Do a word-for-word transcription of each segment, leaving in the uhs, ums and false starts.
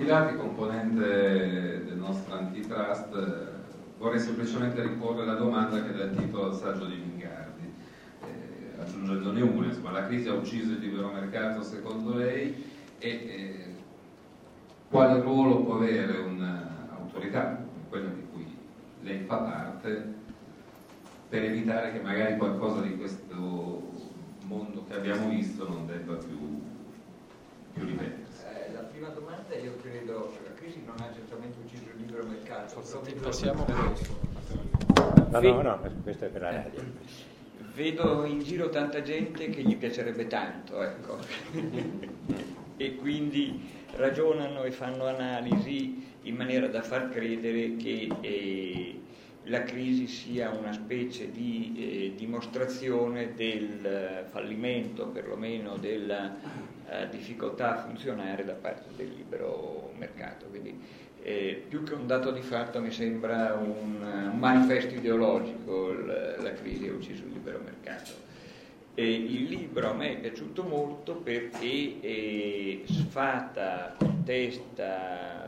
Pilati, componente del nostro antitrust, vorrei semplicemente riporre la domanda che dà il titolo al saggio di Mingardi, eh, aggiungendone una. Insomma, la crisi ha ucciso il libero mercato secondo lei, e eh, quale ruolo può avere un'autorità, quella di cui lei fa parte, per evitare che magari qualcosa di questo mondo che abbiamo visto non debba più, più ripetersi? La prima domanda, io credo che la crisi non ha certamente ucciso il libero mercato. Passiamo per No, no, no, questo è per la radio. Vedo in giro tanta gente che gli piacerebbe tanto, ecco. E quindi ragionano e fanno analisi in maniera da far credere che eh, la crisi sia una specie di eh, dimostrazione del fallimento, perlomeno della eh, difficoltà a funzionare da parte del libero mercato. Quindi eh, più che un dato di fatto mi sembra un, un manifesto ideologico. La, la crisi ha ucciso il libero mercato. E il libro a me è piaciuto molto perché eh, sfata, contesta,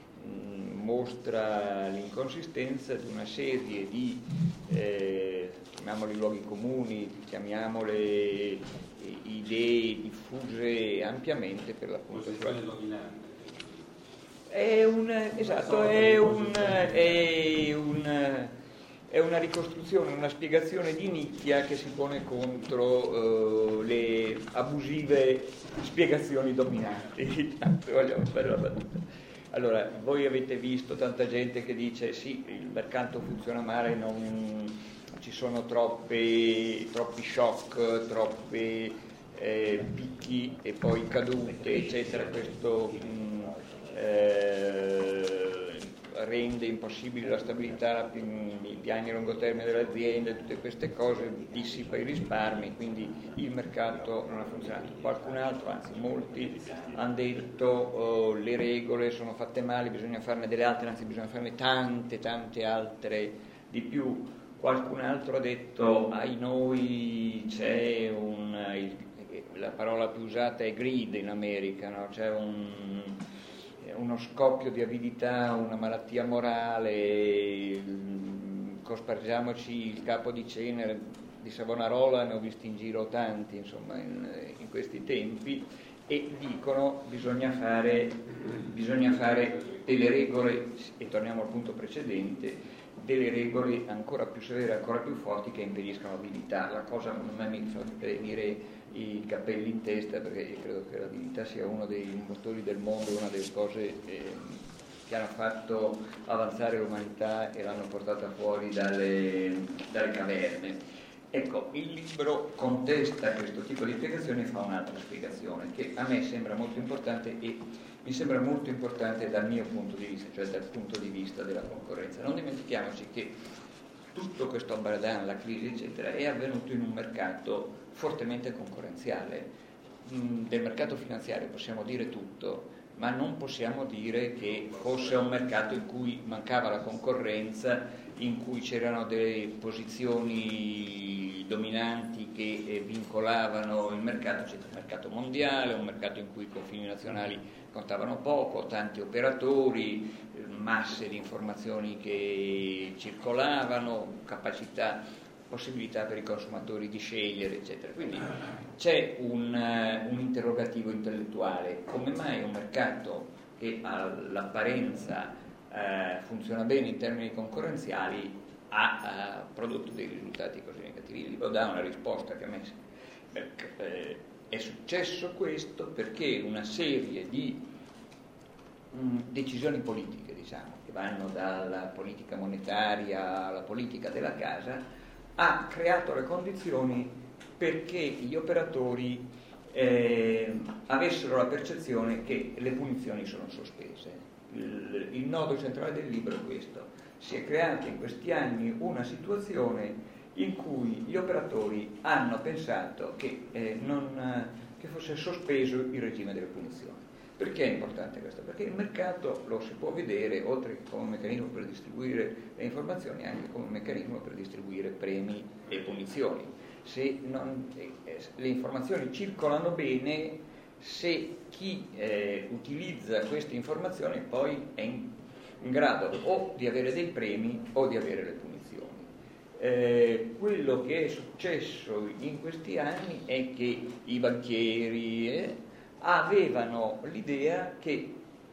mostra l'inconsistenza di una serie di, eh, chiamiamoli luoghi comuni, chiamiamole idee diffuse ampiamente per l'appunto. Posizione dominante. È un, esatto, è un, è un, è una ricostruzione, una spiegazione di nicchia che si pone contro uh, le abusive spiegazioni dominanti. Tanto vogliamo fare la battuta. Allora, voi avete visto tanta gente che dice sì, il mercato funziona male, non ci sono troppe, troppi shock, troppi eh, picchi e poi cadute, eccetera. Questo mh, eh, rende impossibile la stabilità, i piani a lungo termine delle aziende, tutte queste cose, dissipa i risparmi, quindi il mercato non ha funzionato. Qualcun altro, anzi molti, hanno detto oh, le regole sono fatte male, bisogna farne delle altre, anzi bisogna farne tante, tante altre di più. Qualcun altro ha detto ai noi c'è un, la parola più usata è greed in America, no? C'è un uno scoppio di avidità, una malattia morale, cospargiamoci il capo di cenere. Di Savonarola ne ho visti in giro tanti, insomma, in, in questi tempi, e dicono bisogna fare, bisogna fare delle regole, e torniamo al punto precedente, delle regole ancora più severe, ancora più forti, che impediscano l'avidità. La cosa a me mi fa venire i capelli in testa, perché io credo che l'avidità sia uno dei motori del mondo, una delle cose eh, che hanno fatto avanzare l'umanità e l'hanno portata fuori dalle, dalle caverne. Ecco, il libro contesta questo tipo di spiegazione e fa un'altra spiegazione che a me sembra molto importante, e mi sembra molto importante dal mio punto di vista, cioè dal punto di vista della concorrenza. Non dimentichiamoci che tutto questo ambaradan, la crisi eccetera, è avvenuto in un mercato fortemente concorrenziale. Del mercato finanziario possiamo dire tutto, ma non possiamo dire che fosse un mercato in cui mancava la concorrenza, in cui c'erano delle posizioni dominanti che vincolavano il mercato. C'era un mercato mondiale, un mercato in cui i confini nazionali contavano poco, tanti operatori, masse di informazioni che circolavano, capacità, possibilità per i consumatori di scegliere, eccetera. Quindi c'è un, uh, un interrogativo intellettuale: come mai un mercato che all'apparenza uh, funziona bene in termini concorrenziali ha uh, prodotto dei risultati così negativi? Il libro dà una risposta che a me eh, è successo questo perché una serie di mh, decisioni politiche, diciamo, che vanno dalla politica monetaria alla politica della casa, ha creato le condizioni perché gli operatori eh, avessero la percezione che le punizioni sono sospese. Il, il nodo centrale del libro è questo: si è creata in questi anni una situazione in cui gli operatori hanno pensato che, eh, non, che fosse sospeso il regime delle punizioni. Perché è importante questo? Perché il mercato lo si può vedere, oltre che come meccanismo per distribuire le informazioni, anche come meccanismo per distribuire premi e punizioni. Se non, eh, le informazioni circolano bene, se chi eh, utilizza queste informazioni poi è in, in grado o di avere dei premi o di avere le punizioni. Eh, quello che è successo in questi anni è che i banchieri eh, avevano l'idea che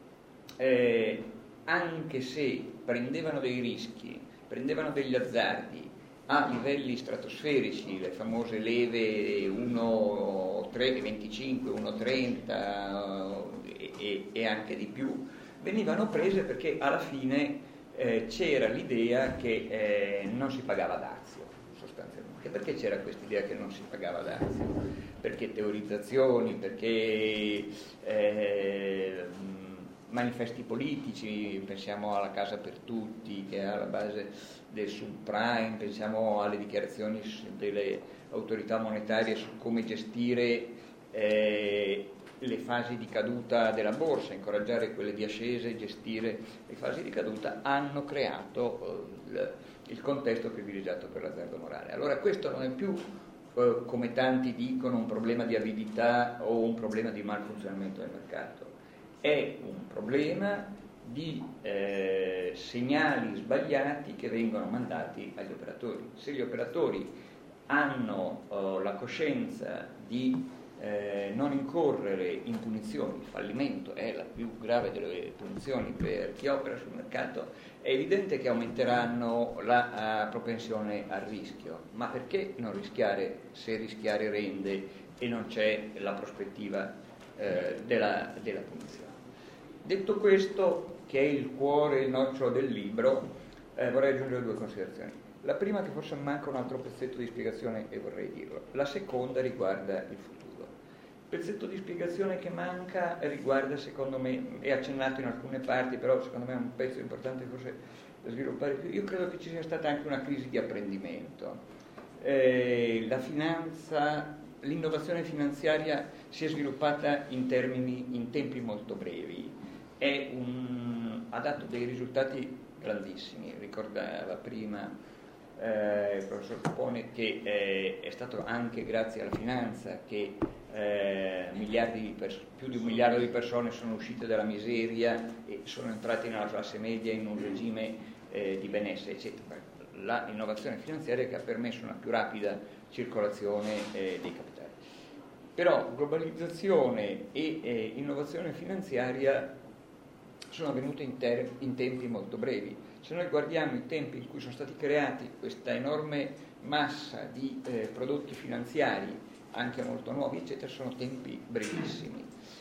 eh, anche se prendevano dei rischi, prendevano degli azzardi a livelli stratosferici, le famose leve uno virgola venticinque, uno virgola trenta e, e, e anche di più, venivano prese perché alla fine eh, c'era l'idea che eh, non si pagava dazio, sostanzialmente. Perché c'era questa idea che non si pagava dazio? Perché teorizzazioni, perché eh, manifesti politici, pensiamo alla Casa per Tutti che è alla base del subprime, pensiamo alle dichiarazioni delle autorità monetarie su come gestire eh, le fasi di caduta della borsa, incoraggiare quelle di ascesa e gestire le fasi di caduta, hanno creato eh, il, il contesto privilegiato per l'azzardo morale. Allora questo non è più, eh, come tanti dicono, un problema di avidità o un problema di malfunzionamento del mercato, è un problema di eh, segnali sbagliati che vengono mandati agli operatori. Se gli operatori hanno eh, la coscienza di eh, non incorrere in punizioni, il fallimento è la più grave delle punizioni per chi opera sul mercato, è evidente che aumenteranno la uh, propensione al rischio. Ma perché non rischiare se rischiare rende e non c'è la prospettiva eh, della, della punizione? Detto questo, che è il cuore, il nocciolo del libro, eh, vorrei aggiungere due considerazioni. La prima, che forse manca un altro pezzetto di spiegazione e vorrei dirlo. La seconda riguarda il futuro. Il pezzetto di spiegazione che manca riguarda, secondo me, è accennato in alcune parti, però secondo me è un pezzo importante forse da sviluppare più. Io credo che ci sia stata anche una crisi di apprendimento. Eh, la finanza, l'innovazione finanziaria si è sviluppata in termini, in tempi molto brevi. È un, ha dato dei risultati grandissimi. Ricordava prima eh, il professor Capone che eh, è stato anche grazie alla finanza che eh, miliardi di pers- più di un miliardo di persone sono uscite dalla miseria e sono entrate nella classe media in un regime eh, di benessere, eccetera. La innovazione finanziaria che ha permesso una più rapida circolazione eh, dei capitali. Però globalizzazione e eh, innovazione finanziaria sono avvenute in, ter- in tempi molto brevi. Se noi guardiamo i tempi in cui sono stati creati questa enorme massa di eh, prodotti finanziari, anche molto nuovi, eccetera, sono tempi brevissimi.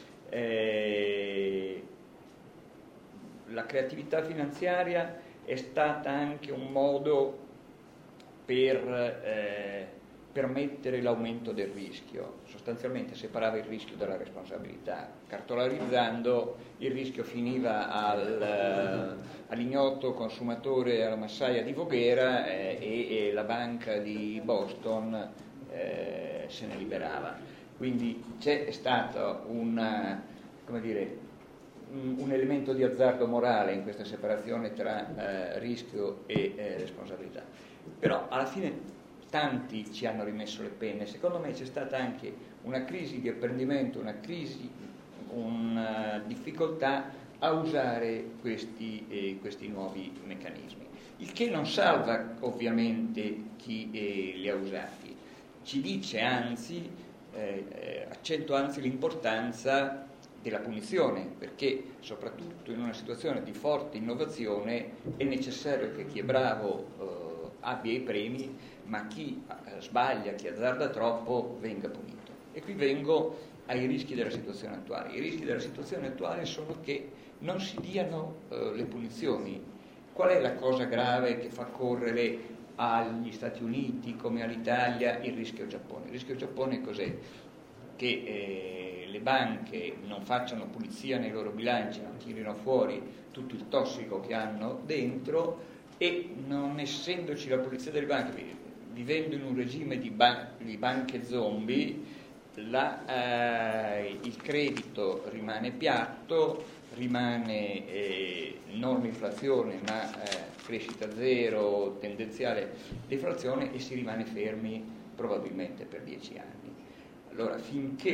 Eh, la creatività finanziaria è stata anche un modo per eh, permettere l'aumento del rischio, sostanzialmente separava il rischio dalla responsabilità. Cartolarizzando, il rischio finiva al, all'ignoto consumatore, alla massaia di Voghera eh, e, e la banca di Boston eh, se ne liberava. Quindi c'è stato una, come dire, un, un elemento di azzardo morale in questa separazione tra eh, rischio e eh, responsabilità. Però alla fine tanti ci hanno rimesso le penne. Secondo me c'è stata anche una crisi di apprendimento, una crisi, una difficoltà a usare questi, eh, questi nuovi meccanismi. Il che non salva ovviamente chi eh, li ha usati, ci dice anzi, eh, accento anzi l'importanza della punizione, perché soprattutto in una situazione di forte innovazione è necessario che chi è bravo eh, abbia i premi, ma chi eh, sbaglia, chi azzarda troppo venga punito. E qui vengo ai rischi della situazione attuale. I rischi della situazione attuale sono che non si diano eh, le punizioni. Qual è la cosa grave che fa correre agli Stati Uniti come all'Italia il rischio Giappone? Il rischio Giappone cos'è? Che eh, le banche non facciano pulizia nei loro bilanci, non tirino fuori tutto il tossico che hanno dentro, e non essendoci la pulizia delle banche, vivendo in un regime di, ban- di banche zombie, la, eh, il credito rimane piatto, rimane eh, non inflazione ma eh, crescita zero, tendenziale deflazione, e si rimane fermi probabilmente per dieci anni. Allora, finché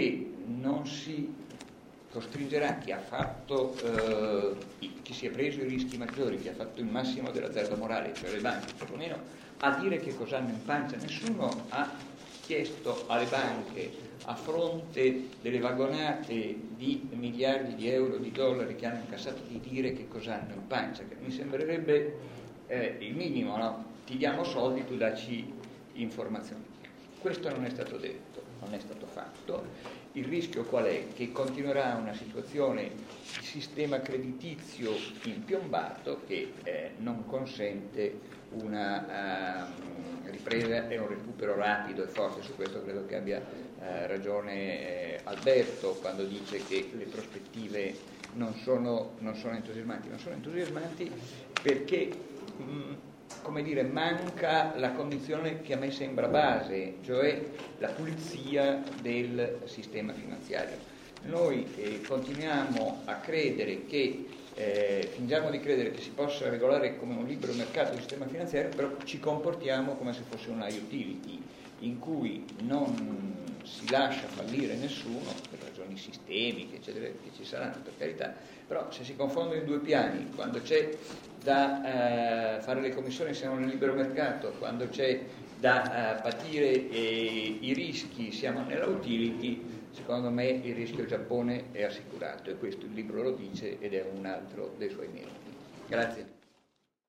non si costringerà chi ha fatto, eh, chi si è preso i rischi maggiori, chi ha fatto il massimo dell'azzardo morale, cioè le banche perlomeno, a dire che cosa hanno in pancia. Nessuno ha chiesto alle banche, a fronte delle vagonate di miliardi di euro, di dollari che hanno incassato, di dire che cosa hanno in pancia, che mi sembrerebbe eh, il minimo, no? Ti diamo soldi, tu dacci informazioni. Questo non è stato detto, non è stato fatto. Il rischio qual è? Che continuerà una situazione di sistema creditizio impiombato che eh, non consente una uh, ripresa e un recupero rapido e forte. Su questo credo che abbia uh, ragione eh, Alberto quando dice che le prospettive non sono, non sono entusiasmanti. Non sono entusiasmanti perché mh, come dire, manca la condizione che a me sembra base, cioè la pulizia del sistema finanziario. Noi eh, continuiamo a credere che, eh, fingiamo di credere che si possa regolare come un libero mercato il sistema finanziario, però ci comportiamo come se fosse una utility in cui non si lascia fallire nessuno, per ragioni sistemiche, eccetera, che ci saranno, per carità, però se si confondono i due piani, quando c'è da eh, fare le commissioni siamo nel libero mercato, quando c'è da eh, patire eh, i rischi siamo nella utility, secondo me il rischio Giappone è assicurato e questo il libro lo dice ed è un altro dei suoi meriti. Grazie.